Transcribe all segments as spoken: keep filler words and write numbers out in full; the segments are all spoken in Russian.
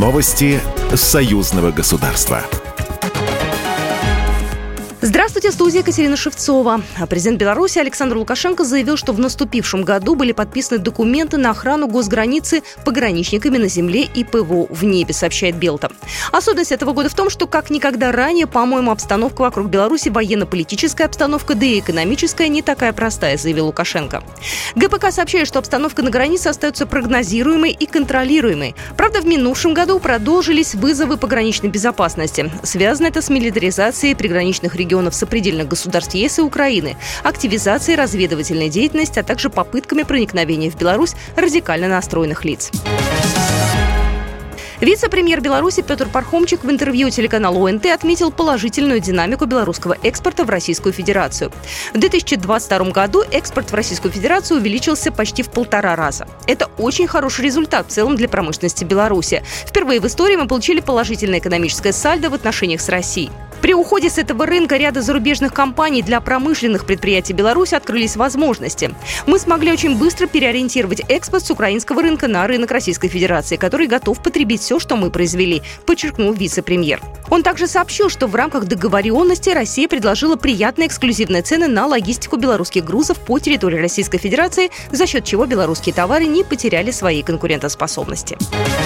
Новости союзного государства. Здравствуйте, студия Екатерина Шевцова. Президент Беларуси Александр Лукашенко заявил, что в наступившем году были подписаны документы на охрану госграницы пограничниками на земле и ПВО в небе, сообщает Белта. Особенность этого года в том, что как никогда ранее, по-моему, обстановка вокруг Беларуси, военно-политическая обстановка, да и экономическая, не такая простая, заявил Лукашенко. ГПК сообщает, что обстановка на границе остается прогнозируемой и контролируемой. Правда, в минувшем году продолжились вызовы пограничной безопасности. Связано это с милитаризацией приграничных регионов сопредельных государств ЕС и Украины, активизацией разведывательной деятельности, а также попытками проникновения в Беларусь радикально настроенных лиц. Вице-премьер Беларуси Петр Пархомчик в интервью телеканалу ОНТ отметил положительную динамику белорусского экспорта в Российскую Федерацию. В две тысячи двадцать втором году экспорт в Российскую Федерацию увеличился почти в полтора раза. Это очень хороший результат в целом для промышленности Беларуси. Впервые в истории мы получили положительное экономическое сальдо в отношениях с Россией. При уходе с этого рынка ряда зарубежных компаний для промышленных предприятий Беларуси открылись возможности. Мы смогли очень быстро переориентировать экспорт с украинского рынка на рынок Российской Федерации, который готов потребить все, что мы произвели, подчеркнул вице-премьер. Он также сообщил, что в рамках договоренности Россия предложила приятные эксклюзивные цены на логистику белорусских грузов по территории Российской Федерации, за счет чего белорусские товары не потеряли своей конкурентоспособности.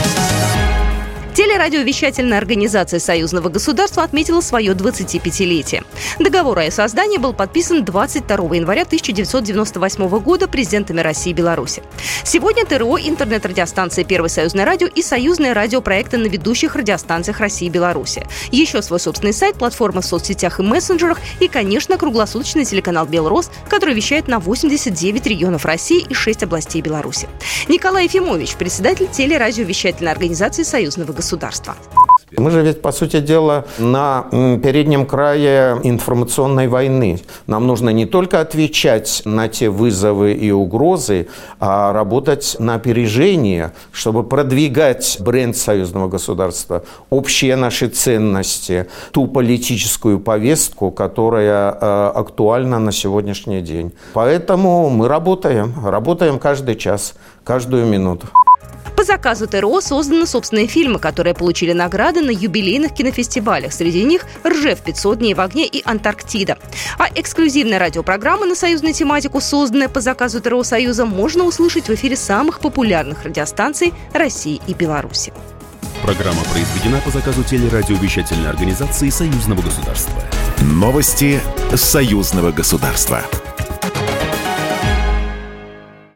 Телерадиовещательная организация союзного государства отметила свое двадцатипятилетие. Договор о ее создании был подписан двадцать второго января тысяча девятьсот девяносто восьмого года президентами России и Беларуси. Сегодня ТРО, интернет-радиостанция «Первое союзное радио» и союзные радиопроекты на ведущих радиостанциях России и Беларуси. Еще свой собственный сайт, платформа в соцсетях и мессенджерах и, конечно, круглосуточный телеканал «Белрос», который вещает на восемьдесят девять регионов России и шесть областей Беларуси. Николай Ефимович, председатель телерадиовещательной организации союзного государства. Государства. Мы же ведь, по сути дела, на переднем крае информационной войны. Нам нужно не только отвечать на те вызовы и угрозы, а работать на опережение, чтобы продвигать бренд союзного государства, общие наши ценности, ту политическую повестку, которая э, актуальна на сегодняшний день. Поэтому мы работаем, работаем каждый час, каждую минуту. По заказу ТРО созданы собственные фильмы, которые получили награды на юбилейных кинофестивалях. Среди них «Ржев. пятьсот дней в огне» и «Антарктида». А эксклюзивная радиопрограмма на союзную тематику, созданная по заказу ТРО Союза, можно услышать в эфире самых популярных радиостанций России и Беларуси. Программа произведена по заказу телерадиовещательной организации союзного государства. Новости союзного государства.